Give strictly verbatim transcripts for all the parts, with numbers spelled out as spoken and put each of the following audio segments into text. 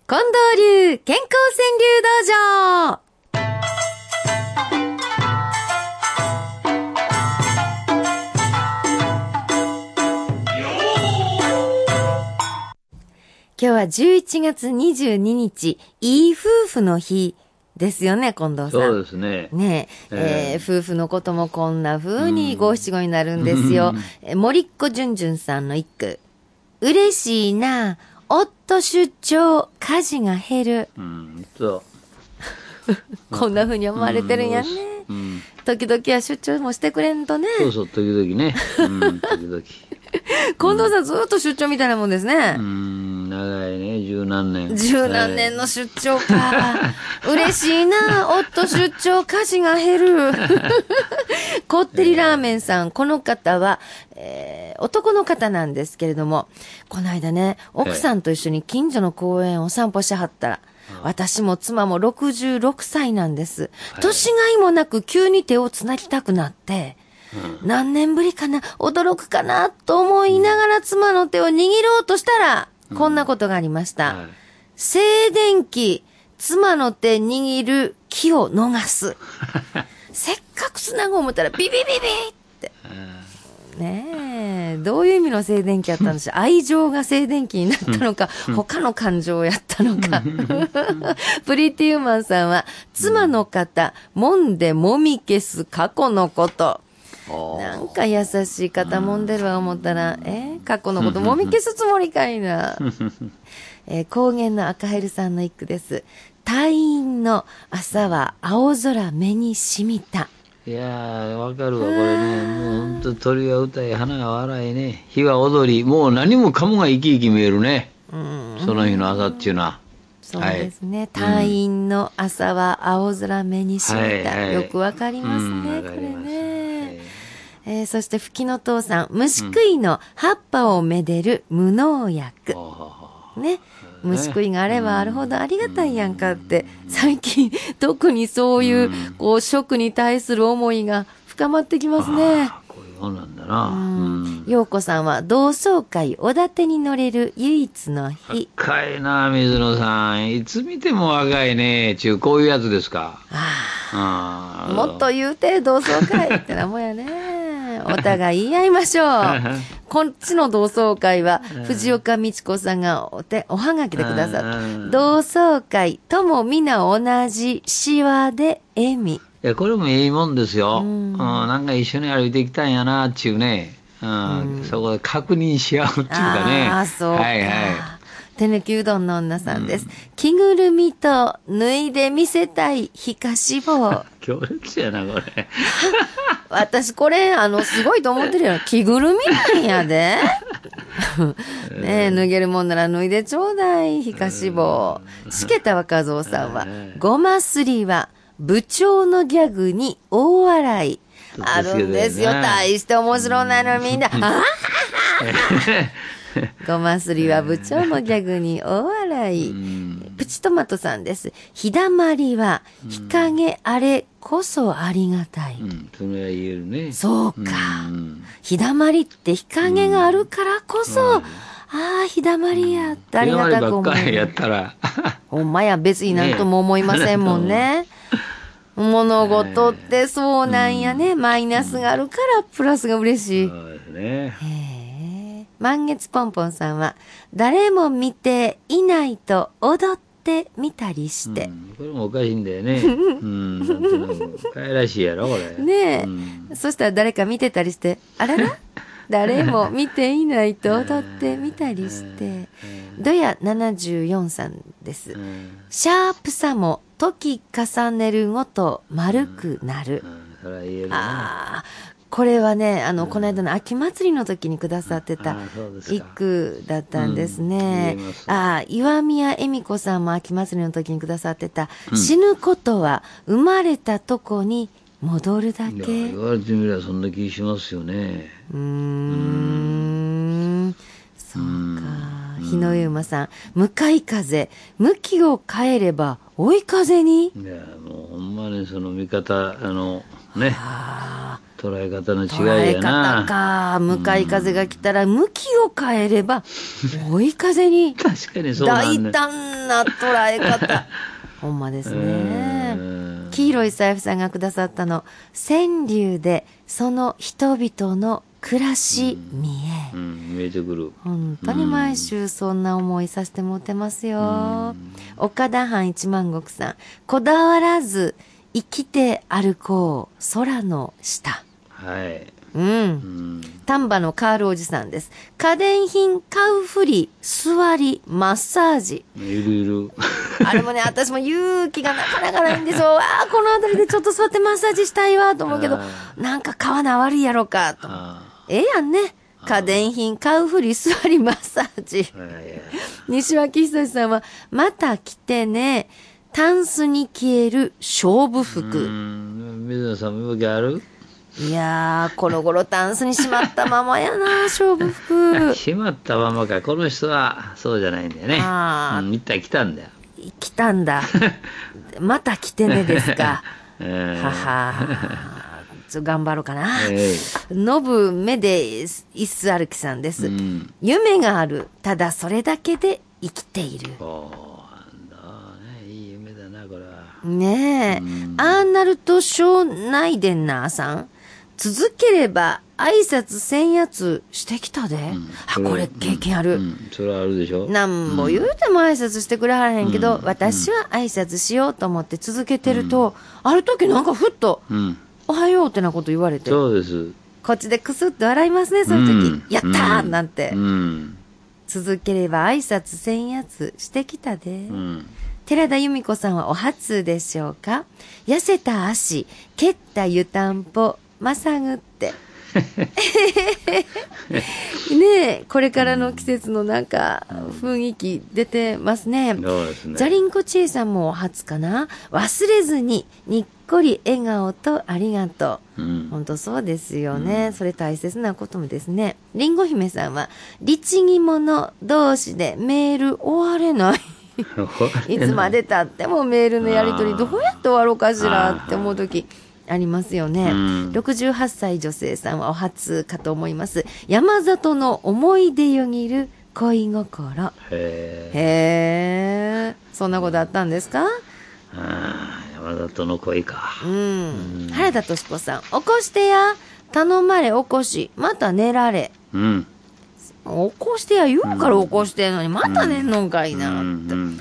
近藤流健康川柳道場。今日はじゅういちがつにじゅうににち、いい夫婦の日ですよね、近藤さん。 そうですね。 ねえ、えーえー、夫婦のこともこんな風に五七五になるんですよ。え森っ子じゅんじゅんさんの一句。嬉しいな、夫出張、家事が減る。 うん、そう。 こんな風に思われてるんやね。うん、時々は出張もしてくれんとね。 そうそう、時々ね。うん、時々。 近藤さん、ずっと出張みたいなもんですね。 うん、長いね、十何年。 十何年の出張か。嬉しいな、夫出張、家事が減る。こってりラーメンさん、この方は、えー、男の方なんですけれども、この間ね、奥さんと一緒に近所の公園を散歩しはったら、私も妻もろくじゅうろくさいなんです。年がいもなく急に手をつなぎたくなって、うん、何年ぶりかな、驚くかなと思いながら妻の手を握ろうとしたら、うん、こんなことがありました。はい、静電気、妻の手握る気を逃す。せっかくつなぐ思ったらビビビビって。ねえ、どういう意味の静電気やったんでしょう。愛情が静電気になったのか、他の感情をやったのか。プリティウーマンさんは、妻の方、揉んで揉み消す過去のこと。なんか優しい方揉んでるわ思ったら、えー、過去のこと揉み消すつもりかいな。えー、高原の赤ヘルさんの一句です。退院の朝は青空目にしみた。 いやー、わかるわ、これね。もうほんと鳥は歌い、花が笑いね。日は踊り、もう何もかもが生き生き見えるね。うんその日の朝っていうのは。 そうですね。はい、退院の朝は青空目にしみた。はいはい、よくわかりますね、うん、これね。はいえー、そして吹きの父さん、虫食いの葉っぱをめでる無農薬。うん、ね。虫食いがあればあるほどありがたいやんかって、最近特にそういう、こう、食に対する思いが深まってきますね。 こういうもんなんだな。 陽子さんは同窓会おだてに乗れる唯一の日。 若いな、水野さん。いつ見ても若いね。ちゅう、こういうやつですか。 ああもっと言うて、同窓会ってなもんやね。お互い言い合いましょう。こっちの同窓会は、藤岡美智子さんがお手、おはがきでくださった。同窓会とも皆同じシワで笑み。いや、これもいいもんですよ。うん、なんか一緒に歩いてきたんやな、っちゅうね。うん、うん、そこで確認し合うっていうかね。 ああ、そうか。はいはい。手抜きうどんの女さんです。うん、着ぐるみと脱いで見せたい皮下脂肪。 強烈やな、これ。 私これ、あの、すごいと思ってるよ。着ぐるみなんやで。ねえ、脱げるもんなら脱いでちょうだい、皮下脂肪。しけた若造さんは、ごますりは部長のギャグに大笑い。あるんですよ。大して面白ないのみんな。あははごますりは部長のギャグに大笑い。プチトマトさんです。日だまりは日陰あれこそありがたい。うん、 それは言えるね。 そうか。日だまりって日陰があるからこそ、ああ、日だまりやってありがたく思う。 日だまりばっかりやったら。 ほんまや、別になんとも思いませんもんね。物事ってそうなんやね。マイナスがあるからプラスが嬉しい。 そうですね。 満月ポンポンさんは、誰も見ていないと踊ってみたりして。うん、 これもおかしいんだよね。うん、かいらしいやろ、これ。 ねえ、うん。そしたら誰か見てたりして、あらら誰も見ていないと踊ってみたりして。ドヤななじゅうよんさんです。シャープさも時重ねるごと丸くなる。 うんうん、それは言えるね。 ああ。これはね、あの、うん、この間の秋祭りの時にくださってた一句だったんですね。うん、ああ、岩宮恵美子さんも秋祭りの時にくださってた、うん、死ぬことは生まれたとこに戻るだけ。 言われてみればそんな気しますよね。 うーん。そうか。日のゆうまさん、向かい風、向きを変えれば追い風に。 いや、もうほんまにその見方、あの、ね。 捉え方の捉え違いやな。 方か。向かい風が来たら向きを変えれば、追い風に確かにそうなん大ね。 胆な捉え方。ほんまですね。黄色い財布さんがくださったの、川柳でその人々の暮らし見え。 うん、見えてくる。 本当に毎週そんな思いさせてもってますよ。岡田藩一万石さん、こだわらず生きて歩こう空の下。 はい。 うん。 うん。 丹波のカールおじさんです。家電品買うふり、座り、マッサージ。 いるいる。 あれもね、私も勇気がなかなかないんですよ。ああ、この辺りでちょっと座ってマッサージしたいわと思うけど、なんか買わな悪いやろかと。ええやんね。家電品買うふり、座り、マッサージ。西脇久さんは、また来てね。タンスに消える勝負服。 うん。水野さんも動きある？ いやー、この頃タンスにしまったままやな、勝負服。 しまったままか。この人はそうじゃないんだよね。 あー、 うん、一体来たんだよ。 来たんだ。また来てねですか。 えー、 はは。ちょ頑張ろうかな。 えノブ目でイス歩きさんです、 うん。 夢がある。ただそれだけで生きている。 おー、なんだね。いい夢だな、これは。 ねえ。 うん、 あーなるとしょうないでんなさん。続ければ挨拶せんやつしてきたで。うん、あ、これ経験ある。 うんうん、それはあるでしょ。 なんぼ言うても挨拶してくれはらへんけど、うん、私は挨拶しようと思って続けてると、うん、ある時なんかふっと、うん、おはようってなこと言われて。 そうです。 こっちでクスッと笑いますね、その時。うん、やったー、うん、なんて、 うん。 続ければ挨拶せんやつしてきたで。 うん、 寺田由美子さんはお初でしょうか。痩せた足、蹴った湯たんぽ、まさぐって。ねえ、これからの季節のなんか雰囲気出てますね。 そうですね。 ジャリンコチエさんもお初かな。忘れずににっこり笑顔とありがとう。うん、本当そうですよね、うん。それ大切なこともですね。りんご姫さんは律儀者同士でメール終われない。いつまで経ってもメールのやり取りどうやって終わろうかしらって思うときありますよね、うん、ろくじゅうはっさい女性さんはお初かと思います。山里の思い出よぎる恋心。へえ、そんなことあったんですか？ あ、山里の恋か。 うん、うん、原田敏子さん、起こしてや、頼まれ起こし、また寝られ。うん、起こしてや言うから起こしてんのに、また寝んのんかいな、うんうん、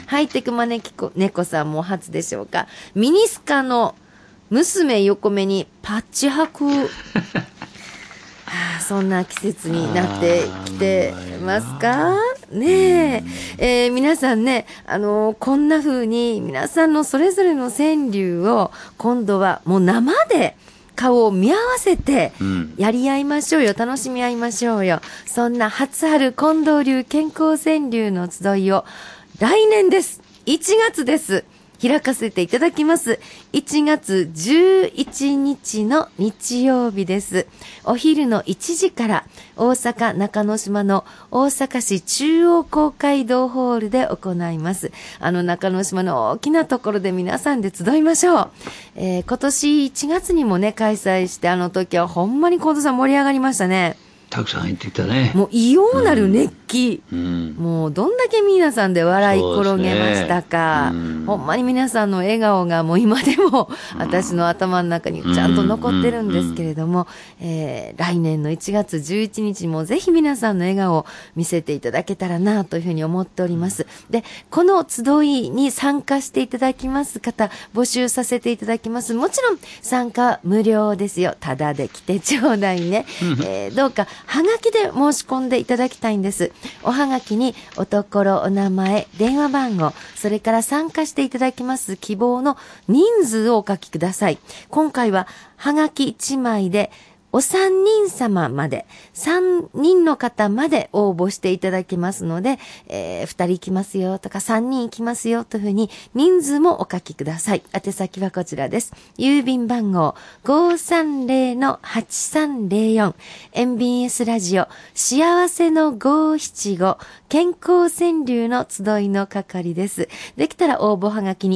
ハイテク招き猫さんも初でしょうか。ミニスカの娘横目にパッチ履く、はあ、そんな季節になってきてますかねえ、えー、皆さんね、あのー、こんな風に皆さんのそれぞれの川柳を今度はもう生で顔を見合わせてやり合いましょうよ、楽しみ合いましょうよ。そんな初春近藤流健康川柳の集いを来年です、いちがつです、開かせていただきます。いちがつじゅういちにちの日曜日です。お昼のいちじから大阪中之島の大阪市中央公会堂ホールで行います。あの中之島の大きなところで皆さんで集いましょう。えー、今年いちがつにもね開催して、あの時はほんまに近藤さん盛り上がりましたね。 たくさん入ってきたね。 もう異様なる熱気、 うん、 もうどんだけ皆さんで笑い転げましたか、ね、うん、ほんまに皆さんの笑顔がもう今でも私の頭の中にちゃんと残ってるんですけれども、うんうんうん、えー、来年のいちがつじゅういちにちもぜひ皆さんの笑顔を見せていただけたらなというふうに思っております。で、この集いに参加していただきます方募集させていただきます。もちろん参加無料ですよ、ただで来てちょうだいね、えー、どうかはがきで申し込んでいただきたいんです。おはがきにおところ、お名前、電話番号、それから参加していただきます希望の人数をお書きください。今回ははがきいちまいでお三人様まで、三人の方まで応募していただけますので、えー、二人行きますよとか三人行きますよというふうに人数もお書きください。宛先はこちらです。郵便番号 ごーさんぜろのはちさんぜろよん エムビーエス ラジオ幸せのごーしちご健康川柳の集いの係です。できたら応募はがきにいっ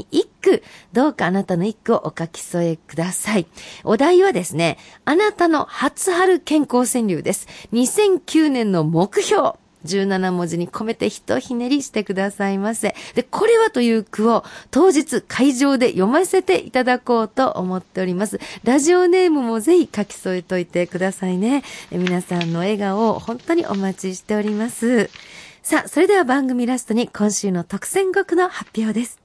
句、どうかあなたの一句をお書き添えください。お題はですね、あなたの初春健康川柳です。にせんきゅうねんの目標。じゅうななもじに込めてひとひねりしてくださいませ。で、これはという句を当日会場で読ませていただこうと思っております。ラジオネームもぜひ書き添えといてくださいね。え皆さんの笑顔を本当にお待ちしております。さあ、それでは番組ラストに今週の特選語句の発表です。